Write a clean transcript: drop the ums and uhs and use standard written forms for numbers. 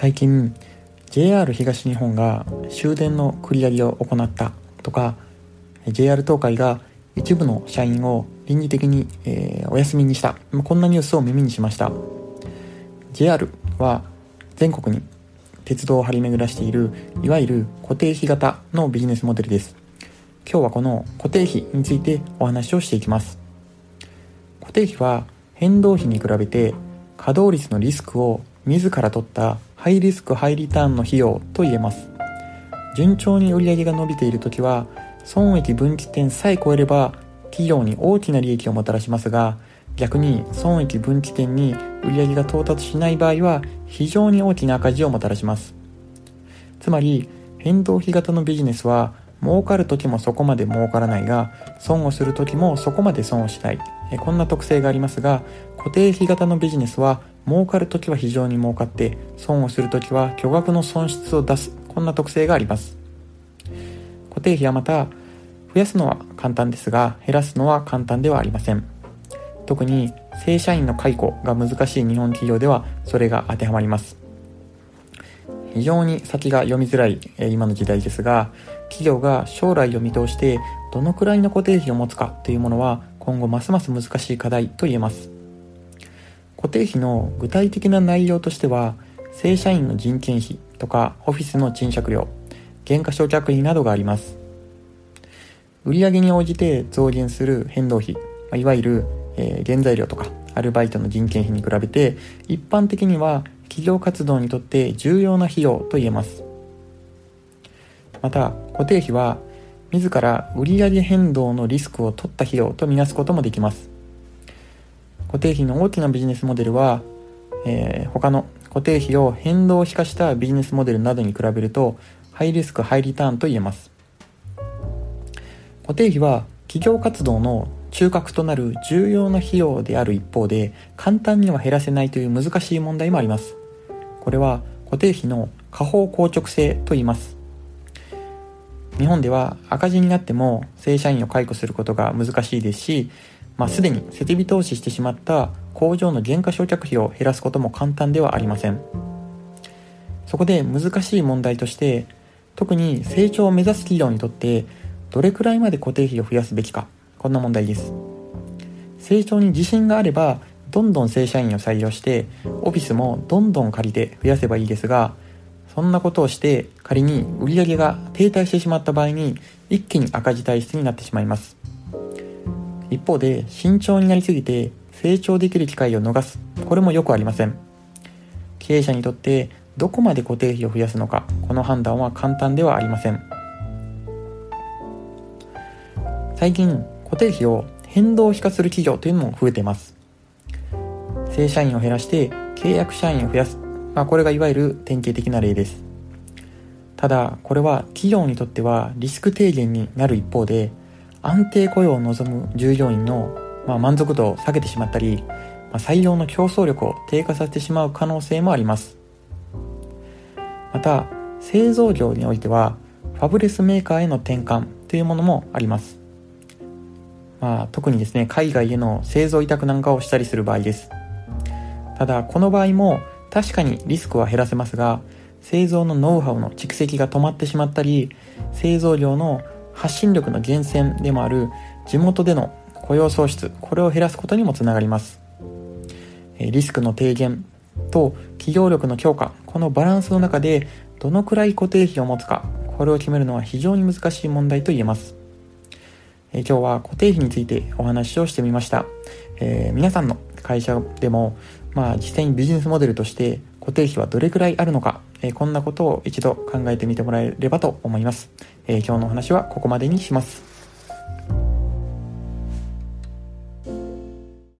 最近 JR 東日本が終電の繰り上げを行ったとか、 JR 東海が一部の社員を臨時的に、お休みにした、こんなニュースを耳にしました。 JR は全国に鉄道を張り巡らしているいわゆる固定費型のビジネスモデルです。今日はこの固定費についてお話をしていきます。固定費は変動費に比べて稼働率のリスクを自ら取ったハイリスクハイリターンの費用と言えます。順調に売上が伸びているときは損益分岐点さえ超えれば企業に大きな利益をもたらしますが、逆に損益分岐点に売上が到達しない場合は非常に大きな赤字をもたらします。つまり変動費型のビジネスは儲かるときもそこまで儲からないが、損をするときもそこまで損をしない、こんな特性がありますが、固定費型のビジネスは儲かるときは非常に儲かって損をするときは巨額の損失を出す、こんな特性があります。固定費はまた増やすのは簡単ですが減らすのは簡単ではありません。特に正社員の解雇が難しい日本企業ではそれが当てはまります。非常に先が読みづらい今の時代ですが、企業が将来を見通してどのくらいの固定費を持つかというものは今後ますます難しい課題と言えます。固定費の具体的な内容としては、正社員の人件費とかオフィスの賃借料、減価償却費などがあります。売上に応じて増減する変動費、いわゆる原材料とかアルバイトの人件費に比べて一般的には企業活動にとって重要な費用と言えます。また固定費は自ら売上変動のリスクを取った費用とみなすこともできます。固定費の大きなビジネスモデルは、他の固定費を変動費化したビジネスモデルなどに比べるとハイリスクハイリターンと言えます。固定費は企業活動の中核となる重要な費用である一方で、簡単には減らせないという難しい問題もあります。これは固定費の下方硬直性と言います。日本では赤字になっても正社員を解雇することが難しいですし、すでに設備投資してしまった工場の減価償却費を減らすことも簡単ではありません。そこで難しい問題として、特に成長を目指す企業にとってどれくらいまで固定費を増やすべきか、こんな問題です。成長に自信があればどんどん正社員を採用してオフィスもどんどん借りて増やせばいいですが、そんなことをして仮に売上が停滞してしまった場合に一気に赤字体質になってしまいます。一方で慎重になりすぎて成長できる機会を逃す、これもよくありません。経営者にとってどこまで固定費を増やすのか、この判断は簡単ではありません。最近固定費を変動費化する企業というのも増えています。正社員を減らして契約社員を増やす、これがいわゆる典型的な例です。ただこれは企業にとってはリスク低減になる一方で、安定雇用を望む従業員の満足度を下げてしまったり、採用の競争力を低下させてしまう可能性もあります。また製造業においてはファブレスメーカーへの転換というものもあります。特にですね、海外への製造委託なんかをしたりする場合です。ただこの場合も確かにリスクは減らせますが、製造のノウハウの蓄積が止まってしまったり、製造業の発信力の源泉でもある地元での雇用創出、これを減らすことにもつながります。リスクの低減と企業力の強化、このバランスの中でどのくらい固定費を持つか、これを決めるのは非常に難しい問題と言えます。今日は固定費についてお話をしてみました。皆さんの会社でも、実際にビジネスモデルとして固定費はどれくらいあるのか、こんなことを一度考えてみてもらえればと思います。今日のお話はここまでにします。